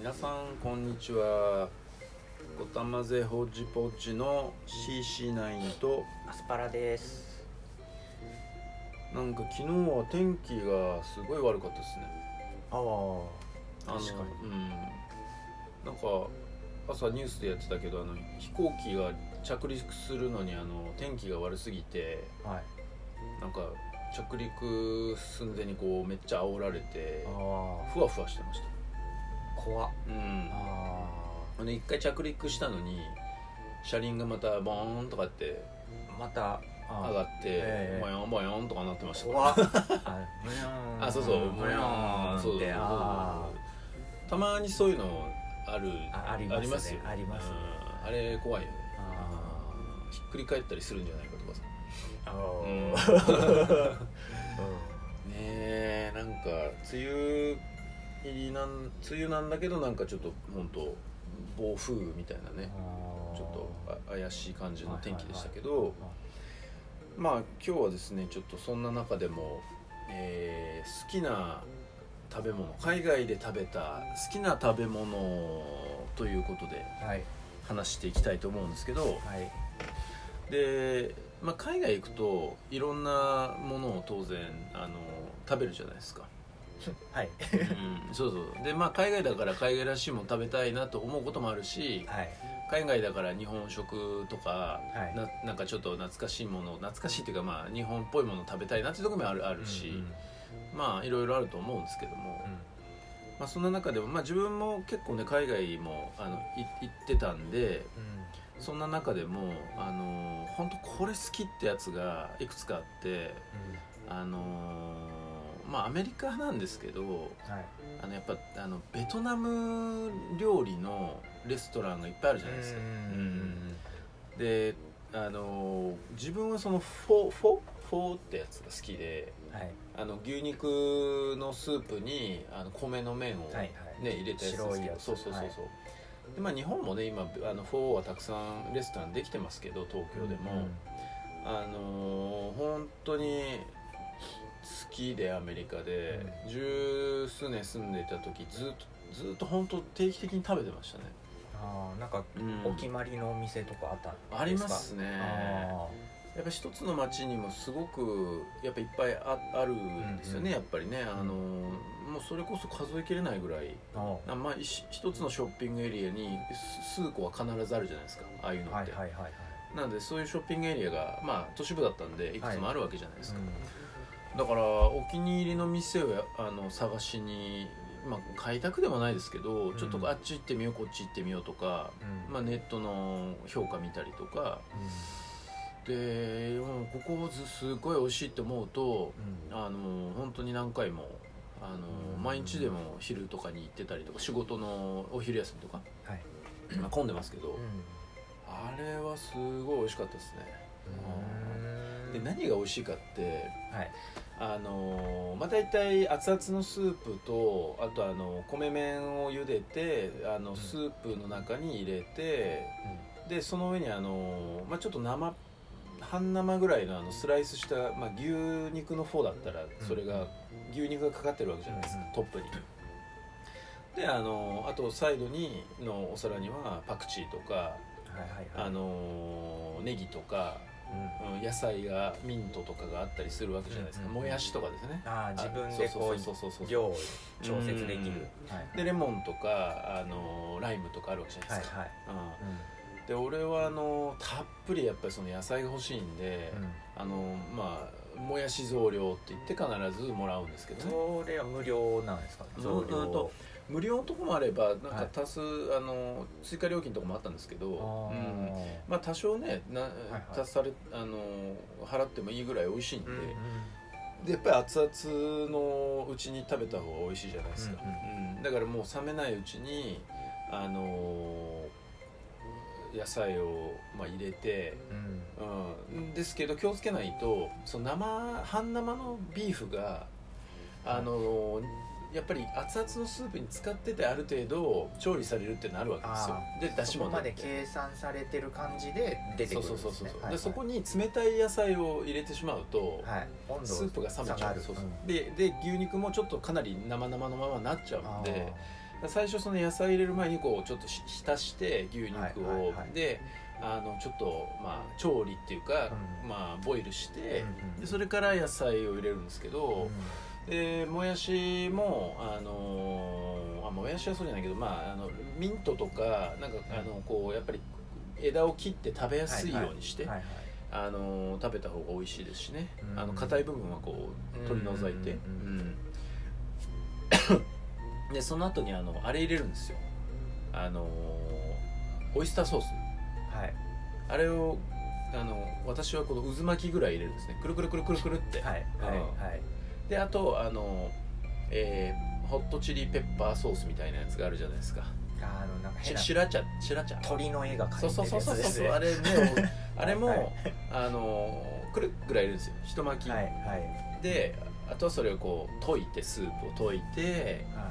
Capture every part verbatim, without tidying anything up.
皆さんこんにちは。ごたまぜほっじぽっじの シーシーナイン とアスパラです。 なんか昨日は天気がすごい悪かったですね。 ああ、 あの確かに。 うんなんか朝ニュースでやってたけど、あの飛行機が着陸するのにあの天気が悪すぎて、 はい。 なんか着陸寸前にこうめっちゃ煽られてあふわふわしてました。 あ、怖っ。 うんああの一回着陸したのに車輪がまたボーンとかってあ、また上がってええボヨンボヨンとかなってました怖っ。 からあ、ブヨーン。 あそうそうブヨーンって。あたまにそういうのあるあ、ありありますね。 ますよ。 ありますね。 うんあれ怖いよね。 あひっくり返ったりするんじゃないかとかさ。 あ、 うんああ、 ねえなんか梅雨入りなん梅雨なんだけどなんかちょっと本当暴風みたいなねちょっとあ怪しい感じの天気でしたけど、まあ今日はですねちょっとそんな中でも、えー好きな食べ物海外で食べた好きな食べ物ということではい話していきたいと思うんですけど、 はいで、まあ、海外行くといろんなものを当然あの食べるじゃないですか。 はいうん、そうそうで、まあ、海外だから海外らしいもの食べたいなと思うこともあるし、 はい海外だから日本食とか、 はいな, なんかちょっと懐かしいもの懐かしいっていうか、まあ、日本っぽいもの食べたいなっていうところもあるあるし、 うんうんまあいろいろあると思うんですけども、 うんまあ、そんな中でも、まあ、自分も結構ね海外もあのい行ってたんでそんな中でもあの本当これ好きってやつがいくつかあってあのまあアメリカなんですけどうんはいあのやっぱあのベトナム料理のレストランがいっぱいあるじゃないですか。うんであの自分はそのフォフォフォーってやつが好きではいあの牛肉のスープにあの米の麺を、ねはいはい入れたやつですけど白いやつそうそうそうそう、 はいでまあ、日本もね今あのフォーはたくさんレストランできてますけど東京でも、あのー本当に好きでアメリカで、 うん十数年住んでいた時ずっとずっと本当定期的に食べてましたね。 ああ、なんかうんお決まりのお店とかあったんですか？ ありますね。 あやっぱ一つの町にもすごくやっぱいっぱい あ, あるんですよね、 うんうんやっぱりね、あのもうそれこそ数えきれないぐらいーああ、まあ、一一つのショッピングエリアにす数個は必ずあるじゃないですかああいうのって、 はいはいはいはいなのでそういうショッピングエリアが、まあ、都市部だったんでいくつもあるわけじゃないですか、 うんだからお気に入りの店をやあの探しに、まあ、開拓でもないですけど、 うんちょっとあっち行ってみようこっち行ってみようとか、 うんまあ、ネットの評価見たりとかで、うん、ここずすごい美味しいって思うとうんあの本当に何回もあの、 うん毎日でも昼とかに行ってたりとか仕事のお昼休みとか、 はいまあ、混んでますけど、 うんあれはすごい美味しかったですね。 うんで何が美味しいかってはいあのまあ、大体熱々のスープとあとあの米麺を茹でてあのんスープの中に入れて、でその上にあの、まあ、ちょっと生半生ぐらいのあのスライスした、まあ、牛肉のフォーだったらそれが、牛肉がかかってるわけじゃないですか、 うんトップに。であのあとサイドにのお皿にはパクチーとか、 はいはいはいあのネギとか、 うんうん、野菜がミントとかがあったりするわけじゃないですか、 うんもやしとかですね。 ああ自分でこそうそうそうそうう量を調節できるでレモンとかあのライムとかあるわけじゃないですか、 はいはいうん、で俺はあのたっぷりやっぱりその野菜が欲しいんで、あのまあもやし増量って言って必ずもらうんですけどね。 それは無料なんですか？増うん量と無料のとこもあればなんかはい足す、あの追加料金とかもあったんですけど、 あーうんまあ多少ねな、 はい足されあの払ってもいいぐらい美味しいんで、 うんうんでやっぱり熱々のうちに食べた方が美味しいじゃないですか、 うんうんだからもう冷めないうちにあの野菜を、まあ、入れて、 うんうん、ですけど気をつけないとその生半生のビーフがあのやっぱり熱々のスープに使っててある程度調理されるってなるわけですよ。 あで出汁そこまでも出て計算されてる感じで出てくるんですね。 そうそうそうそう、 はいはいでそこに冷たい野菜を入れてしまうと、 はい温度スープが冷めちゃう。 下がるそうそううんでで牛肉もちょっとかなり生々のままになっちゃうんで最初その野菜入れる前にこうちょっと浸して牛肉を、 はいはいはい、 であのちょっとまあ調理っていうか、 うん、 まあボイルして、 うんうん、 でそれから野菜を入れるんですけど、うん、でもやしもあのあもやしはそうじゃないけど、まあ、あのミントとかなんかあのこうやっぱり枝を切って食べやすいようにして、はいはいはいはい、あの食べた方が美味しいですしね、うん、あの硬い部分はこう取り除いて、うんうんうん、でその後にあのあれ入れるんですよ、あのオイスターソース、はい、あれをあの私はこの渦巻きぐらい入れるんですね、くるくるくるくるくるって、はいはいはい、であとあの、えー、ホットチリペッパーソースみたいなやつがあるじゃないですか、 あのなんか変なシラチャシラチャ鳥の絵が描いてるやつですね、 そうそうそうそうあれねあれも、はい、あのくるぐらい入れるんですよ、一巻き、はいはい、であとはそれをこう溶いてスープを溶いて、はい、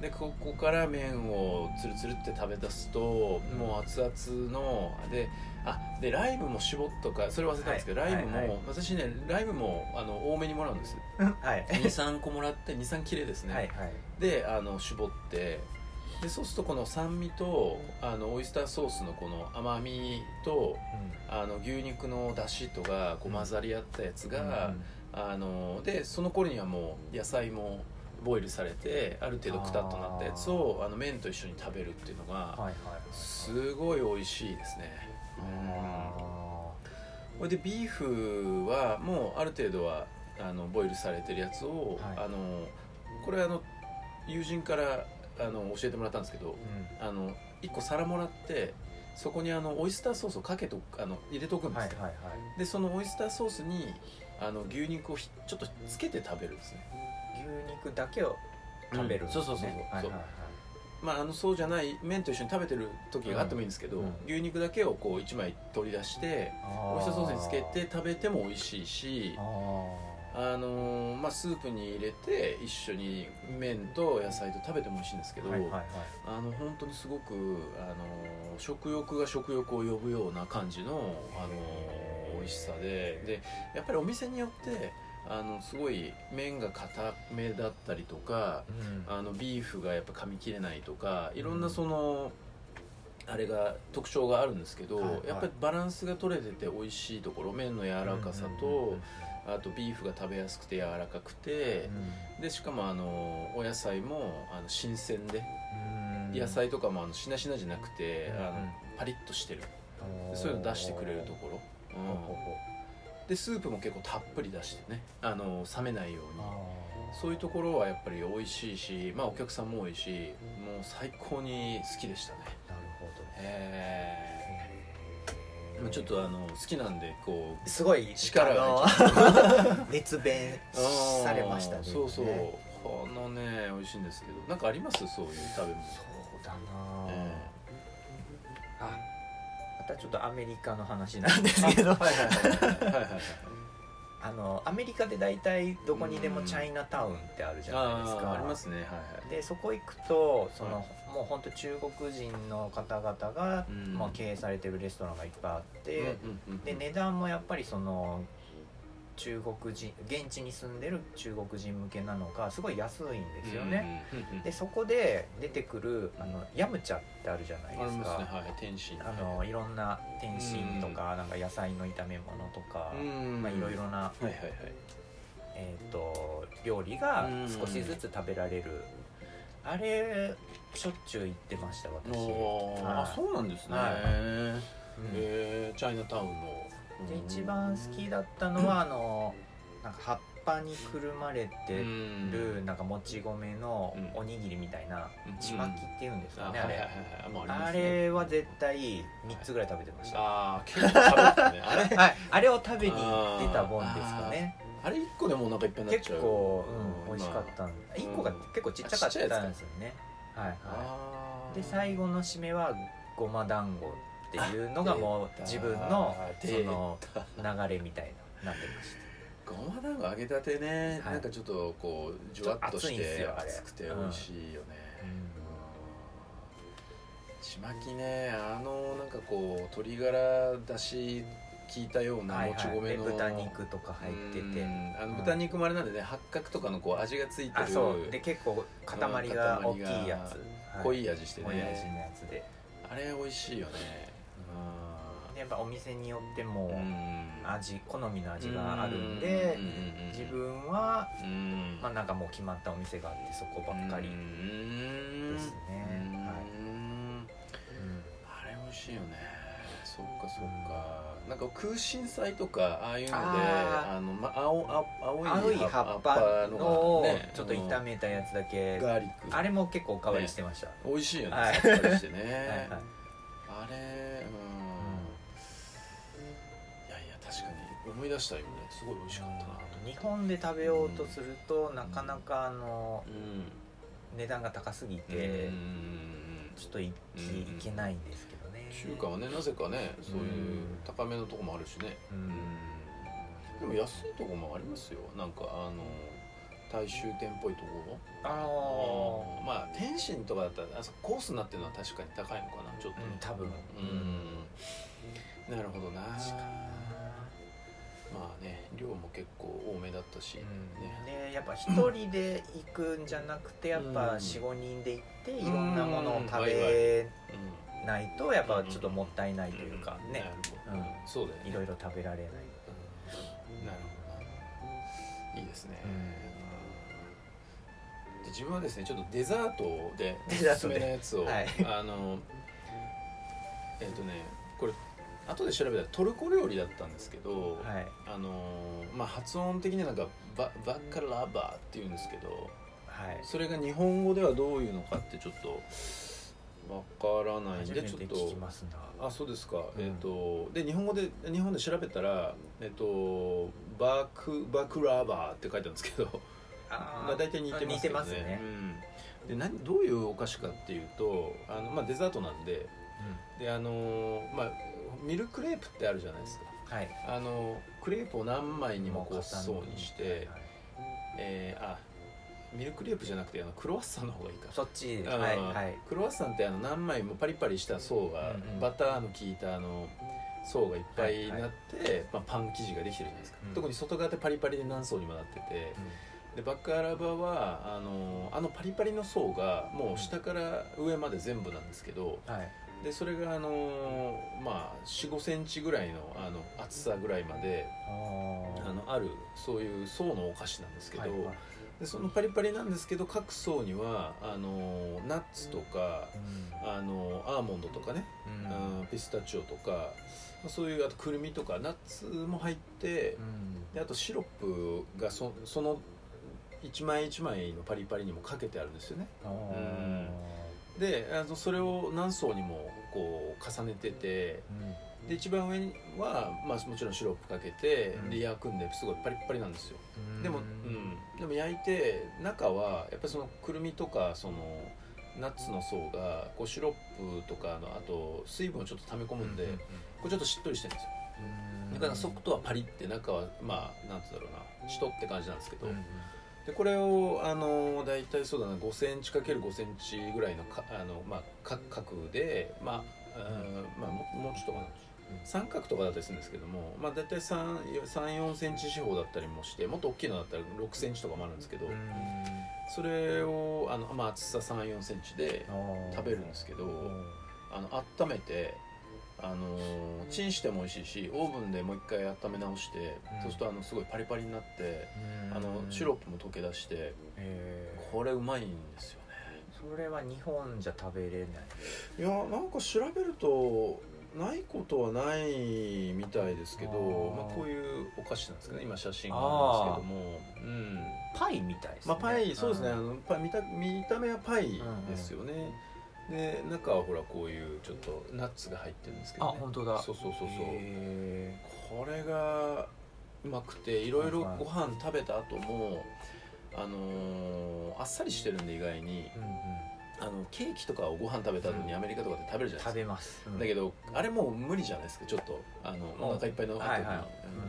でここから麺をつるつるって食べ出すと、うん、もう熱々のであでライムも絞っとかそれ忘れたんですけど、はい、ライムも、はいはい、私ねライムもあの多めにもらうんです、はい、にさんこもらって にさん 切れですね、はいはい、であの絞ってでそうするとこの酸味とあのオイスターソースのこの甘みと、うん、あの牛肉の出汁とがこう混ざり合ったやつが、うん、あのでその頃にはもう野菜もボイルされてある程度クタッとなったやつをあの麺と一緒に食べるっていうのがすごい美味しいですね。これでビーフはもうある程度はあのボイルされてるやつを、はい、あのこれあの友人からあの教えてもらったんですけど、うん、あのいっこ皿もらってそこにあのオイスターソースをかけとあの入れておくんですよ、はいはいはい、でそのオイスターソースにあの牛肉をちょっとつけて食べるんですね。 牛肉だけを食べるんですね、 うん、そうそうそうそう、はいはいはい、まあ、あのそうじゃない麺と一緒に食べてる時があってもいいんですけど、うんうん、牛肉だけをこういちまい取り出してオイスターソースにつけて食べても美味しいし、あのーまあ、スープに入れて一緒に麺と野菜と食べても美味しいんですけど、はいはいはい、あの本当にすごく、あのー、食欲が食欲を呼ぶような感じの、あのー、美味しさで、でやっぱりお店によってあのすごい麺が固めだったりとか、うん、あのビーフがやっぱ噛み切れないとかいろんなその、うん、あれが特徴があるんですけど、はいはい、やっぱりバランスが取れてて美味しいところ、麺の柔らかさと、うんうんうんうん、あとビーフが食べやすくて柔らかくて、うん、でしかもあのお野菜もあの新鮮で、うん、野菜とかもあのしなしなじゃなくて、うん、あのパリッとしてる、そういうの出してくれるところ、うん、でスープも結構たっぷり出してね、あの冷めないように、そういうところはやっぱり美味しいし、まあ、お客さんも多いし、もう最高に好きでしたね。 なるほど。 へーちょっとあの好きなんでこうすごい力が熱弁されましたね。 そうそう、このね美味しいんですけど、なんかありますそういう食べ物？ そうだな、えー、あまたちょっとアメリカの話なんですけど、あのアメリカで大体どこにでもチャイナタウンってあるじゃないですか。 あ, ありますね、はいはい、 でそこ行くとその、はい、もう本当中国人の方々が、うんまあ、経営されてるレストランがいっぱいあって、うんうんうん、で値段もやっぱりその中国人現地に住んでる中国人向けなのかすごい安いんですよね、うんうんうんうん、でそこで出てくるあのヤムチャってあるじゃないですか。ありますね、はい、天津、あのいろんな天津とか、うん、なんか野菜の炒め物とか、うんまあ、いろいろな、はいはいはい、えーと、料理が少しずつ食べられる、うん、あれしょっちゅう行ってました私。 あ、あそうなんですね、はいうんえー、チャイナタウンので一番好きだったのはあのなんか葉っぱにくるまれてるなんかもち米のおにぎりみたいなちまきっていうんですかね、あれあれは絶対みっつぐらい食べてました。 あ結構食べてたねあれ、 はい、あれを食べに出たもんですかね。 あれいっこでもうなんかいっぱいになっちゃう。 結構、うん、美味しかったんでいっこが結構ちっちゃかったんですよね、はいはい、で最後の締めはごま団子っていうのがもう自分のその流れみたいななってました。 ごま団子揚げたてね、はい、なんかちょっとこうじゅわっとして熱くて美味しいよね、うん、ちまきね、あのなんかこう鶏ガラだし効いたようなもち米の、 はいはい、豚肉とか入ってて、 あの豚肉もあれなんでね、八角とかのこう味がついてる、 あそうで結構塊が大きいやつ、 うん、濃い味してね、 濃い味のやつであれ美味しいよね。 うん、でやっぱお店によっても味、好みの味があるんで、うん、自分は、うん、まあなんかもう決まったお店があってそこばっかりですね、うん、はい、うん、 あれ美味しいよね。そっかそっか、なんか空心菜とかああいうので、 ああの、ま、青, 青青いい葉っぱのちょっと炒めたやつだけ、 ガーリック、 あれも結構おかわりしてました、ね、 美味しいよね、 はい、 さっぱりしてねはい、はい、あれ、うん、いやいや確かに思い出したよね、すごい美味しかったなと。 日本で食べようとすると、うん、なかなかあの、うん、値段が高すぎて、うん、ちょっとい、うん、いけないんですけどね。 中華はね、なぜかね、そういう高めのとこもあるしね、うん、でも安いとこもありますよ。なんかあの大衆店っぽいところ、ああ、まあ天津とかだったらあそコースになってるのは確かに高いのかな、ちょっと、ね、 うん、多分、 うん、なるほどな。まあね、量も結構多めだったし、 うんね、 でやっぱ一人で行くんじゃなくてやっぱ よん,ご 人で行っていろんなものを食べないとやっぱちょっともったいないというかね、 うん、そうだよね、 いろいろ食べられない、 うん、なるほど、いいですね、うん、で自分はですねちょっとデザートでおすすめのやつを、はい、あのえっ、ー、とねこれ後で調べたらトルコ料理だったんですけど、はい、あのまあ、発音的にはなんかババッカラバーっていうんですけど、はい、それが日本語ではどういうのかってちょっとわからないんで、ちょっと聞きますな。 あ、そうですか、うん、えっ、ー、とで日本語で日本で調べたらえっ、ー、とバクバクラバーって書いてあるんですけど、あまあ大体似てますけどね。似てますね。うん、で何どういうお菓子かっていうと、あのまあデザートなんで、うん、であのまあミルクレープってあるじゃないですか、はい、あのクレープを何枚にもこう層にして、はいはい、えー、あミルクレープじゃなくてあのクロワッサンの方がいいか、 そっち、はいはい、 クロワッサンってあの何枚もパリパリした層が、うんうん、バターの効いたあの層がいっぱいになって、はいはい、まあ、パン生地ができてるじゃないですか、うん、特に外側ってパリパリで何層にもなってて、うん、でバックアラバはあのあのパリパリの層がもう下から上まで全部なんですけど、はい、でそれがあの、まあ、よん、ごセンチぐらいの、あの厚さぐらいまで あ, あ, のあるそういう層のお菓子なんですけど、はいはい、でそのパリパリなんですけど各層にはあのナッツとか、うん、あのアーモンドとかね、うん、ピスタチオとかそういうあとくるみとかナッツも入って、うん、であとシロップが そ, その一枚一枚のパリパリにもかけてあるんですよね。うん、であのそれを何層にもこう重ねてて、うん、で一番上には、まあ、もちろんシロップかけて、うん、で焼くんですごいパリッパリなんですよ。うん、でも、うん、でも焼いて中はやっぱりそのくるみとかそのナッツの層がこうシロップとかのあと水分をちょっと溜め込むんで、うんうんうん、これちょっとしっとりしてるんですよ。だから外はパリって中はまあなんつうんだろうなしとって感じなんですけど、うんうん、でこれをあの大体そうだなごセンチかけるごセンチぐらいのかあの、まあ、角で、まあうんまあ、も, もうちょっとかな三角とかだったりするんですけども、まあ、大体さん、よんセンチ四方だったりもしてもっと大きいのだったらろくセンチとかもあるんですけど、それをあの、まあ、厚ささん、よんセンチで食べるんですけど、あの温めてあのチンしても美味しいしオーブンでもう一回温め直して、うん、そうするとあのすごいパリパリになってあのシロップも溶け出してこれうまいんですよね。 それは日本じゃ食べれない？ いやなんか調べるとないことはないみたいですけど、まあ、こういうお菓子なんですけど、ね、今写真があるんですけども、うん、 パイみたいですね、 まあ、パイそうですね、あのパ見た見た目はパイですよね、うんうんで中はほらこういうちょっとナッツが入ってるんですけどね。 あ本当だ。 そうそうそうそうこれがうまくていろいろご飯食べた後もあのー、あっさりしてるんで意外に、うんうん、あのケーキとかをご飯食べた後にアメリカとかで食べるじゃないですか。 食べます、うん、 だけどあれもう無理じゃないですか。ちょっとあのお腹いっぱいの後に、はいはいうん、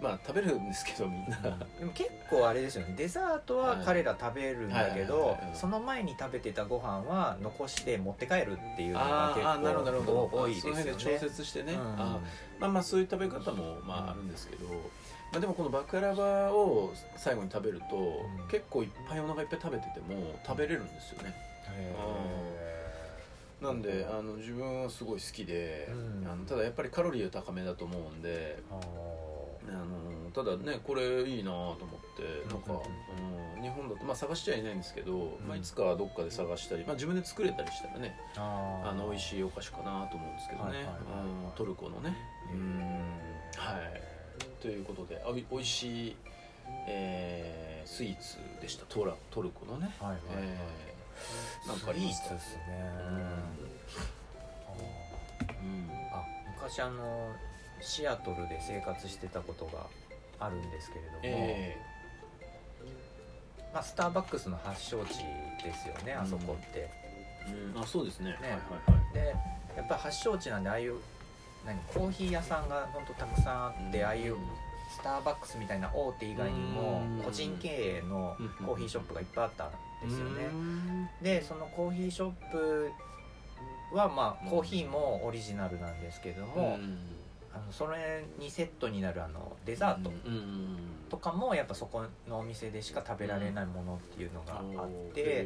まあ食べるんですけどみんな、 うん、でも結構あれですよね、デザートは彼ら食べるんだけどその前に食べてたご飯は残して持って帰るっていうのが結構多いですよね。 その辺で調節してね、うん、あまあまあそういう食べ方もまああるんですけど、まあ、でもこのバクラバを最後に食べると、うん、結構いっぱいお腹いっぱい食べてても食べれるんですよね。へー、なんであの自分はすごい好きで、うん、あのただやっぱりカロリーは高めだと思うんで、あのただねこれいいなと思ってなんか、うん、日本だと、まあ、探しちゃいないんですけど、うんまあ、いつかどっかで探したり、まあ、自分で作れたりしたらねあの美味しいお菓子かなと思うんですけどね、はいはいはい、うん、トルコのね、うんはいということでおい美味しい、えー、スイーツでした。トラトルコのね、はいはいはい、えー、なんかありますか？ スイーツですね、うんうん、あ昔あのシアトルで生活してたことがあるんですけれども、えーまあ、スターバックスの発祥地ですよね、うん、あそこって、 うん、あそうです ね, ね、はいはいはい、 でやっぱり発祥地なんでああいう何コーヒー屋さんが本当たくさんあって、うん、ああいうスターバックスみたいな大手以外にも個人経営のコーヒーショップがいっぱいあったんですよね、うん、でそのコーヒーショップはまあコーヒーもオリジナルなんですけども、うんあのそれにセットになるあのデザートとかもやっぱそこのお店でしか食べられないものっていうのがあって、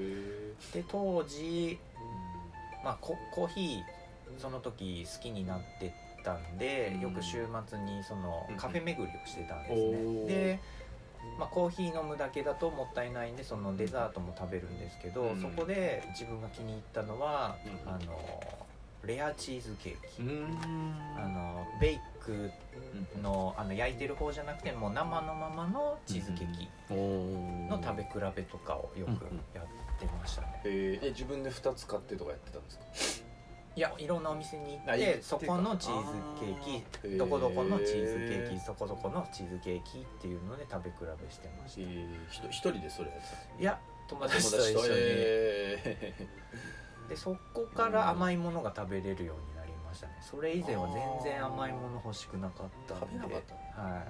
で当時、まあ、コ, コーヒーその時好きになってたんでよく週末にそのカフェ巡りをしてたんですね。で、まあ、コーヒー飲むだけだともったいないんでそのデザートも食べるんですけど、そこで自分が気に入ったのはあのレアチーズケーキ、うんあのベイク の, あの焼いてる方じゃなくてもう生のままのチーズケーキの食べ比べとかをよくやってましたね、 うんうん、えー、自分でふたつ買ってとかやってたんですか？ いやいろんなお店に行ってそこのチーズケーキどこどこのチーズケーキそこそこのチーズケーキっていうので食べ比べしてました、えー、一人でそれやってた？ いや友達と一緒に、えー、でそこから甘いものが食べれるようになりましたね。それ以前は全然甘いもの欲しくなかったんで。 食べなかった、 はい、うん、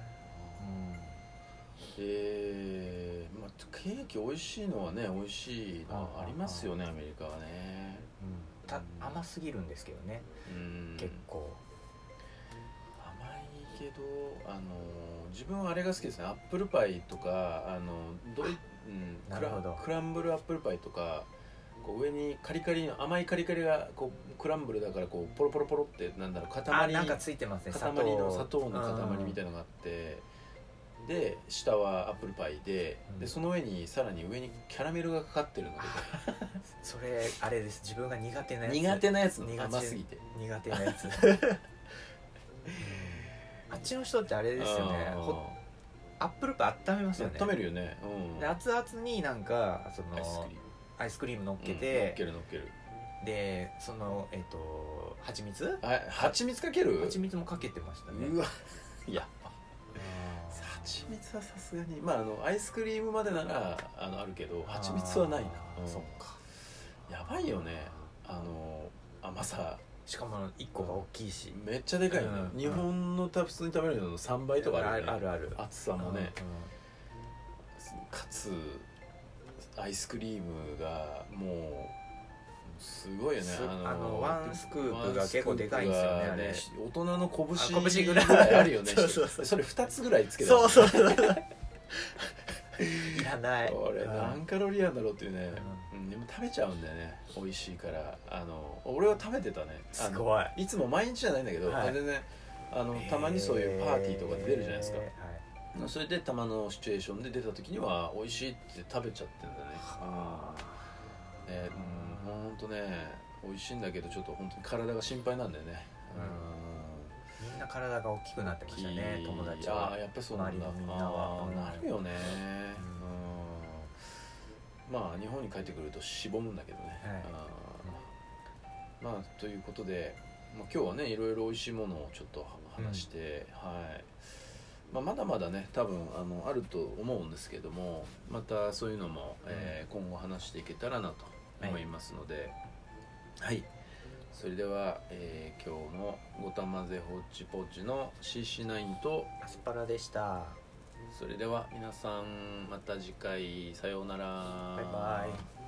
えー、まあ、ケーキ美味しいのはね美味しいのはありますよね、アメリカはね、 うん、た甘すぎるんですけどね、うん、結構甘いけどあの自分はあれが好きですね。アップルパイとかあのどい、うん、クラ、クランブルアップルパイとかこう上にカリカリの甘いカリカリがこうクランブルだからこうポロポロポロってなんだろう塊あなんかついてますね、 塊の砂糖の塊みたいなのがあって、うん、で下はアップルパイで、うん、でその上にさらに上にキャラメルがかかってるのでそれあれです自分が苦手なやつ苦手なやつの甘すぎて苦手なやつあっちの人ってあれですよね、アップルパイ温めますよね。 温めるよね、 うん、で熱々になんかそのアイスクリーム乗っけて、 うん、乗っける乗っけるでそのえっ、ー、と蜂蜜あ蜂蜜かける蜂蜜もかけてましたね。 うわやっぱ蜂蜜はさすがにまああのアイスクリームまでならあのあるけど蜂蜜はないな、 うん、そっかやばいよねあの甘さ。 しかもいっこが大きいしめっちゃでかいね、うん、日本の普通に食べるののさんばいとかある、ね、 あるある厚さもね、うんうん、かつアイスクリームがもうすごいよね。 あのあのワンスクープが結構でかいんですよね。あれ大人の拳拳ぐらいあるよねそうそうそうそれふたつぐらいつけたそうそうそういらないこれ何カロリーあんだろうっていうね、うん、でも食べちゃうんだよね美味しいから。あの俺は食べてたね。 すごいいつも毎日じゃないんだけど、はい、全然あのたまにそういうパーティーとかで出るじゃないですか、えーはい、それでたまのシチュエーションで出た時には美味しいって食べちゃってるんだね。あえー、うんほんとね美味しいんだけどちょっと本当に体が心配なんだよね、 うん、みんな体が大きくなってましたね友達は。 あやっぱりそうなんだ。 周りのみんなはなるよね、うん、まあ日本に帰ってくるとしぼむんだけどね、はい、あまあということで、まあ、今日はねいろいろ美味しいものをちょっと話して、うんはいまあ、まだまだね多分あのあると思うんですけどもまたそういうのも、うんえー、今後話していけたらなと思いますので、はい、はい、 それでは、えー、今日のごたまぜホッチポッチの シーシーナイン とアスパラでした。 それでは皆さんまた次回さようなら。 バイバイ。